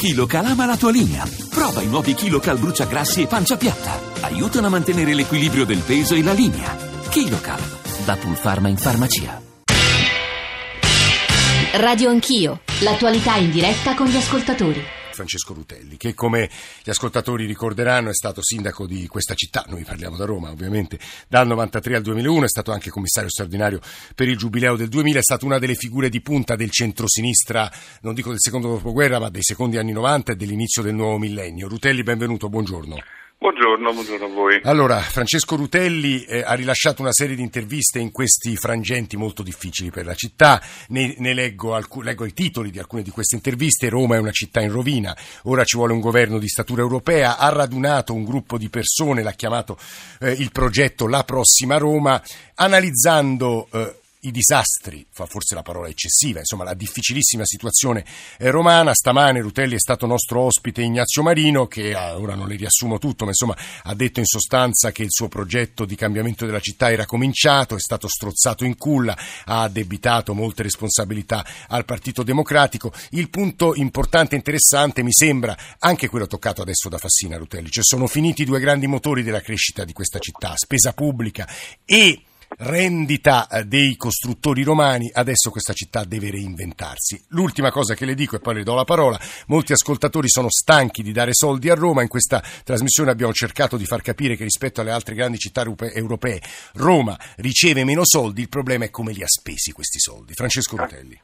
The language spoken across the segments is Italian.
KiloCal ama la tua linea. Prova i nuovi KiloCal bruciagrassi e pancia piatta. Aiutano a mantenere l'equilibrio del peso e la linea. KiloCal, da Pulpharma in farmacia. Radio Anch'io, l'attualità in diretta con gli ascoltatori. Francesco Rutelli, che come gli ascoltatori ricorderanno è stato sindaco di questa città, noi parliamo da Roma ovviamente, dal 93 al 2001, è stato anche commissario straordinario per il Giubileo del 2000, è stato una delle figure di punta del centrosinistra, non dico del secondo dopoguerra, ma dei secondi anni 90 e dell'inizio del nuovo millennio. Rutelli, benvenuto, buongiorno. Buongiorno a voi. Allora, Francesco Rutelli ha rilasciato una serie di interviste in questi frangenti molto difficili per la città, ne leggo i titoli di alcune di queste interviste. Roma è una città in rovina, ora ci vuole un governo di statura europea, ha radunato un gruppo di persone, l'ha chiamato il progetto La Prossima Roma, analizzando i disastri, fa forse la parola eccessiva, insomma la difficilissima situazione romana. Stamane Rutelli è stato nostro ospite Ignazio Marino, che ora non le riassumo tutto, ma insomma ha detto in sostanza che il suo progetto di cambiamento della città era cominciato, è stato strozzato in culla, ha addebitato molte responsabilità al Partito Democratico. Il punto importante e interessante mi sembra anche quello toccato adesso da Fassina, Rutelli, cioè sono finiti i due grandi motori della crescita di questa città, spesa pubblica e rendita dei costruttori romani. Adesso questa città deve reinventarsi. L'ultima cosa che le dico, e poi le do la parola: molti ascoltatori sono stanchi di dare soldi a Roma. In questa trasmissione abbiamo cercato di far capire che rispetto alle altre grandi città europee Roma riceve meno soldi, il problema è come li ha spesi questi soldi. Francesco Rutelli.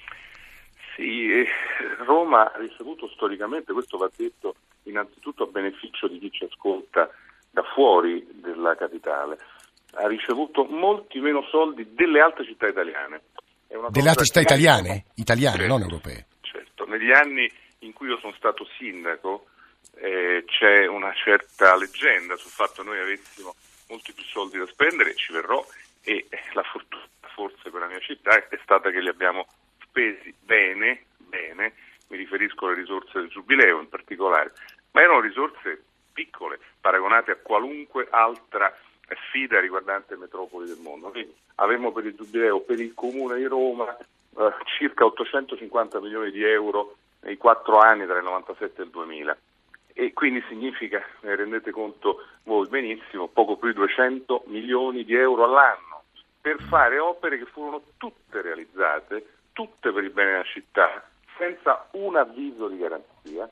Sì, Roma ha ricevuto storicamente, questo va detto innanzitutto a beneficio di chi ci ascolta da fuori della capitale, ha ricevuto molti meno soldi delle altre città italiane. Delle altre città italiane? Italiane, certo, non europee. Certo, negli anni in cui io sono stato sindaco c'è una certa leggenda sul fatto che noi avessimo molti più soldi da spendere, ci verrò, e la fortuna forse per la mia città è stata che li abbiamo spesi bene, mi riferisco alle risorse del Giubileo in particolare, ma erano risorse piccole, paragonate a qualunque altra sfida riguardante metropoli del mondo. Quindi avevamo per il Giubileo, per il Comune di Roma, circa 850 milioni di euro nei 4 anni tra il 97 e il 2000. E quindi significa, ne rendete conto voi benissimo, poco più di 200 milioni di euro all'anno per fare opere che furono tutte realizzate, tutte per il bene della città, senza un avviso di garanzia,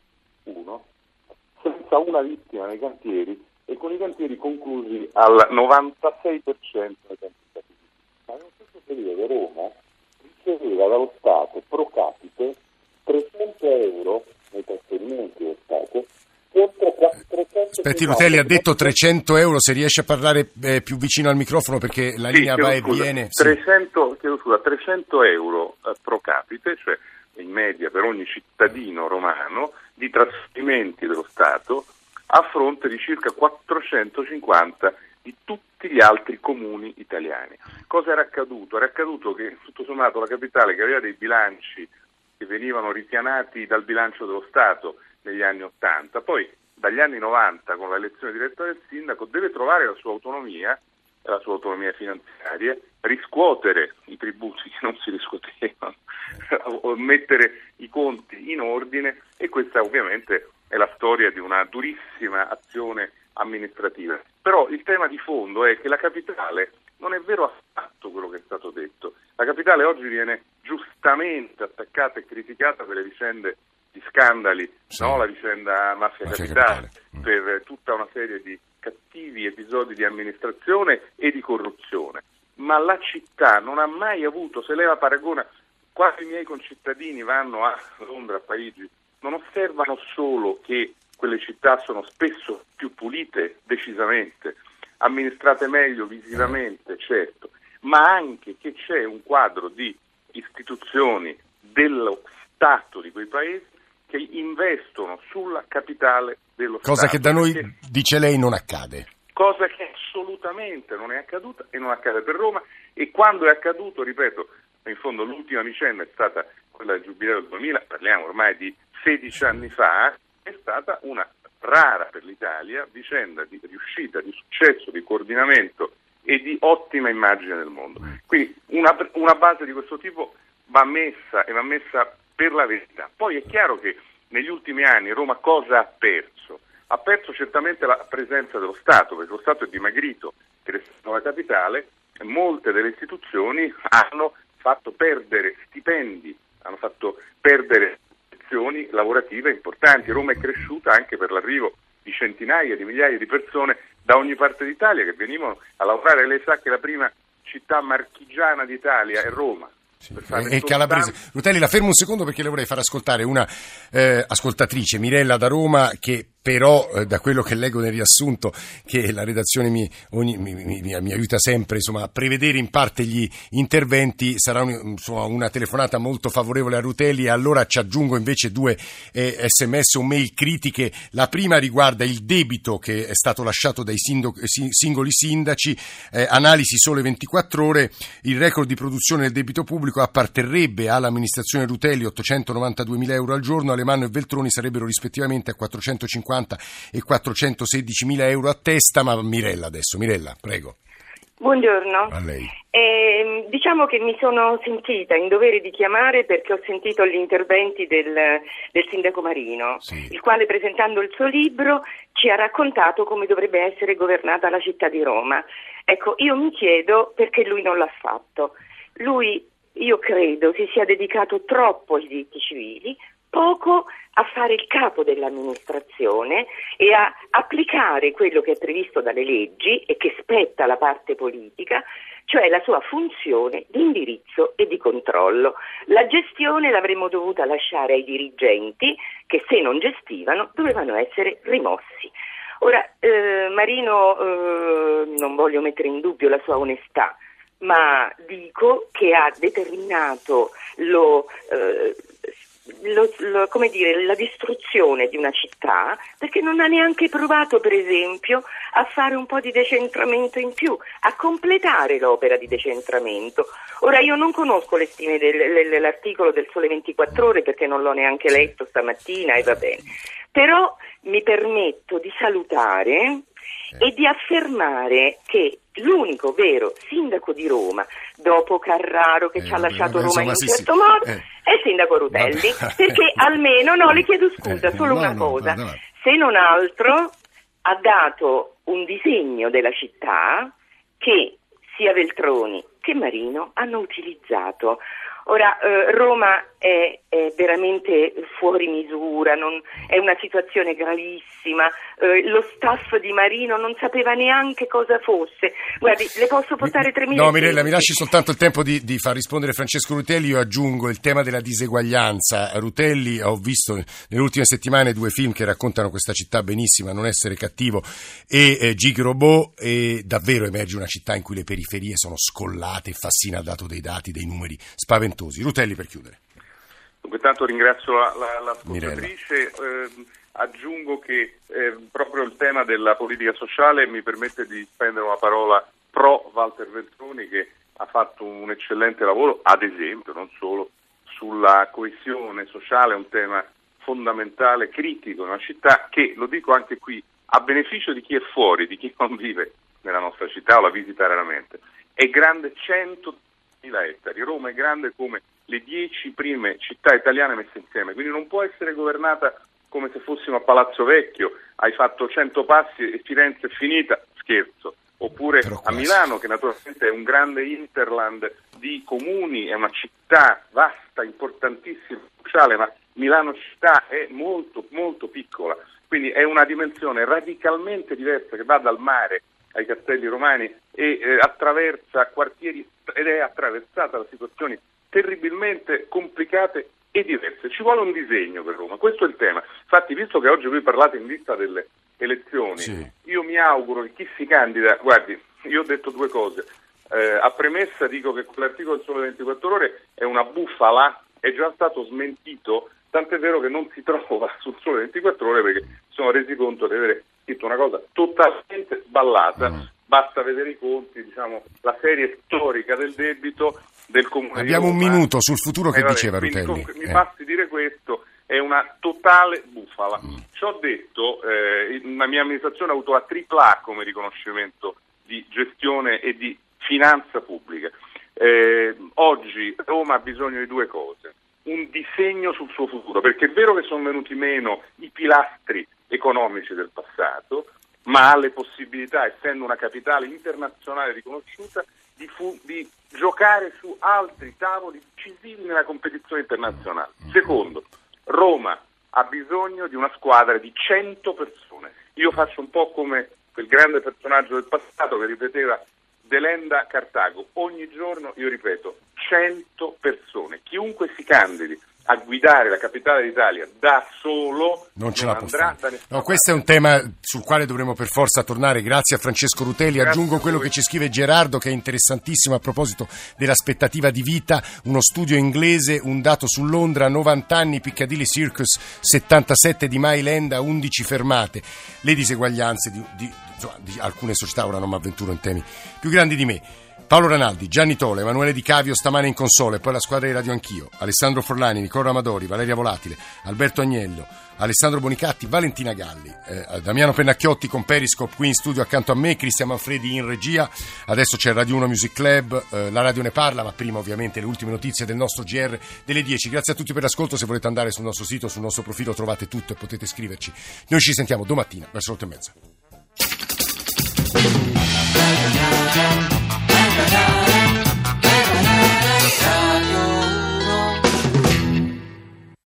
senza una vittima nei cantieri, e con i cantieri conclusi al 96% dei tempi. Ma nello stesso periodo Roma riceveva dallo Stato pro capite 300 euro nei trasferimenti dello Stato. Aspetti, Rutelli ha detto 300 euro, se riesce a parlare più vicino al microfono perché la linea va e viene. 300 euro pro capite, cioè in media per ogni cittadino romano, di trasferimenti dello Stato, a fronte di circa 450 di tutti gli altri comuni italiani. Cosa era accaduto? Era accaduto che tutto sommato la capitale, che aveva dei bilanci che venivano ripianati dal bilancio dello Stato negli anni 80, poi dagli anni 90 con l'elezione diretta del sindaco deve trovare la sua autonomia finanziaria, riscuotere i tributi che non si riscuotevano, mettere i conti in ordine, e questa ovviamente è la storia di una durissima azione amministrativa. Però il tema di fondo è che la capitale, non è vero affatto quello che è stato detto, la capitale oggi viene giustamente attaccata e criticata per le vicende di scandali, sì, no? La vicenda Mafia Capitale, per tutta una serie di cattivi episodi di amministrazione e di corruzione, ma la città non ha mai avuto, se lei la paragona, quasi i miei concittadini vanno a Londra, a Parigi, non osservano solo che quelle città sono spesso più pulite, decisamente, amministrate meglio visivamente, certo, ma anche che c'è un quadro di istituzioni dello Stato di quei paesi che investono sulla capitale dello Stato. Cosa che da noi, dice lei, non accade. Cosa che assolutamente non è accaduta e non accade per Roma, e quando è accaduto, ripeto, in fondo l'ultima vicenda è stata quella del Giubileo del 2000, parliamo ormai di 16 anni fa, è stata una rara per l'Italia vicenda di riuscita, di successo, di coordinamento e di ottima immagine del mondo. Quindi una base di questo tipo va messa per la verità. Poi è chiaro che negli ultimi anni Roma cosa ha perso? Ha perso certamente la presenza dello Stato, perché lo Stato è dimagrito, per essere nuova capitale, molte delle istituzioni hanno fatto perdere stipendi, hanno fatto perdere posizioni lavorative importanti. Roma è cresciuta anche per l'arrivo di centinaia di migliaia di persone da ogni parte d'Italia che venivano a lavorare. Lei sa che la prima città marchigiana d'Italia è Roma. Sì, e calabrese. Rutelli, la fermo un secondo perché le vorrei far ascoltare una ascoltatrice, Mirella da Roma, che però da quello che leggo nel riassunto, che la redazione mi aiuta sempre, insomma, a prevedere in parte gli interventi, sarà una telefonata molto favorevole a Rutelli. E allora ci aggiungo invece due sms o mail critiche. La prima riguarda il debito che è stato lasciato dai singoli sindaci, analisi Sole 24 Ore, il record di produzione del debito pubblico apparterrebbe all'amministrazione Rutelli, 892.000 euro al giorno, Alemanno e Veltroni sarebbero rispettivamente a 450 e 416.000 euro a testa. Ma Mirella adesso, Mirella, prego. Buongiorno. A lei. Diciamo che mi sono sentita in dovere di chiamare perché ho sentito gli interventi del sindaco Marino, sì, il quale presentando il suo libro ci ha raccontato come dovrebbe essere governata la città di Roma. Ecco, io mi chiedo perché lui non l'ha fatto. Lui, io credo, si sia dedicato troppo ai diritti civili, poco a fare il capo dell'amministrazione e a applicare quello che è previsto dalle leggi e che spetta alla parte politica, cioè la sua funzione di indirizzo e di controllo. La gestione l'avremmo dovuta lasciare ai dirigenti che, se non gestivano, dovevano essere rimossi. Ora, Marino, non voglio mettere in dubbio la sua onestà, ma dico che ha determinato la distruzione di una città, perché non ha neanche provato, per esempio, a fare un po' di decentramento in più, a completare l'opera di decentramento. Ora, io non conosco le stime dell'articolo del Sole 24 Ore perché non l'ho neanche letto stamattina e va bene, però mi permetto di salutare e di affermare che l'unico vero sindaco di Roma, dopo Carraro che ci ha lasciato Roma in un certo modo, è il sindaco Rutelli, perché almeno, le chiedo scusa, solo una cosa, se non altro ha dato un disegno della città che sia Veltroni che Marino hanno utilizzato. Ora, Roma è veramente fuori misura, è una situazione gravissima, lo staff di Marino non sapeva neanche cosa fosse. Guardi, le posso portare 3 minuti? No, Mirella, mi lasci soltanto il tempo di far rispondere Francesco Rutelli. Io aggiungo il tema della diseguaglianza. Rutelli, ho visto nelle ultime settimane 2 film che raccontano questa città benissima, Non essere cattivo e Gig Robot, e davvero emerge una città in cui le periferie sono scollate. Fassina ha dato dei dati, dei numeri spaventosi. Rutelli, per chiudere. Dunque, tanto ringrazio l'ascoltatrice, aggiungo che proprio il tema della politica sociale mi permette di spendere una parola pro Walter Veltroni, che ha fatto un eccellente lavoro, ad esempio, non solo, sulla coesione sociale, un tema fondamentale, critico in una città che, lo dico anche qui, a beneficio di chi è fuori, di chi non vive nella nostra città o la visita raramente, è grande 100.000 ettari. Roma è grande come le 10 prime città italiane messe insieme, quindi non può essere governata come se fossimo a Palazzo Vecchio, hai fatto 100 passi e Firenze è finita, scherzo, oppure a Milano, che naturalmente è un grande hinterland di comuni, è una città vasta, importantissima, sociale, ma Milano città è molto molto piccola, quindi è una dimensione radicalmente diversa che va dal mare ai Castelli Romani e attraversa quartieri ed è attraversata da situazioni terribilmente complicate e diverse. Ci vuole un disegno per Roma, questo è il tema. Infatti, visto che oggi voi parlate in vista delle elezioni, sì, io mi auguro che chi si candida, guardi, io ho detto 2 cose, a premessa dico che quell'articolo del Sole 24 Ore è una bufala, è già stato smentito, tant'è vero che non si trova sul Sole 24 Ore perché si sono resi conto di avere scritto una cosa totalmente sballata. Basta vedere i conti, diciamo, la serie storica del debito del Comune Abbiamo di Roma. Un minuto sul futuro che diceva Rutelli. Mi basti dire questo, è una totale bufala. Ci ho detto, la mia amministrazione ha avuto la AAA come riconoscimento di gestione e di finanza pubblica. Oggi Roma ha bisogno di 2 cose. un disegno sul suo futuro, perché è vero che sono venuti meno i pilastri economici del passato, ma ha le possibilità, essendo una capitale internazionale riconosciuta, di giocare su altri tavoli decisivi nella competizione internazionale. Secondo, Roma ha bisogno di una squadra di 100 persone. Io faccio un po' come quel grande personaggio del passato che ripeteva Delenda Cartago. Ogni giorno io ripeto 100 persone. Chiunque si candidi a guidare la capitale d'Italia da solo non ce non la può andrà fare. da nessuna Questo è un tema sul quale dovremo per forza tornare. Grazie a Francesco Rutelli. Aggiungo quello che ci scrive Gerardo, che è interessantissimo a proposito dell'aspettativa di vita. Uno studio inglese, un dato su Londra: 90 anni, Piccadilly Circus 77, di Mailand 11 fermate. Le diseguaglianze di alcune società, ora non mi avventuro in temi più grandi di me. Paolo Ranaldi, Gianni Tola, Emanuele Di Cavio stamane in console, poi la squadra di Radio Anch'io, Alessandro Forlani, Nicola Amadori, Valeria Volatile, Alberto Agnello, Alessandro Bonicatti, Valentina Galli, Damiano Pennacchiotti con Periscope qui in studio accanto a me, Cristian Manfredi in regia. Adesso c'è Radio 1 Music Club, la radio ne parla, ma prima ovviamente le ultime notizie del nostro GR delle 10. Grazie a tutti per l'ascolto. Se volete andare sul nostro sito, sul nostro profilo, trovate tutto e potete scriverci. Noi ci sentiamo domattina verso le 8:30.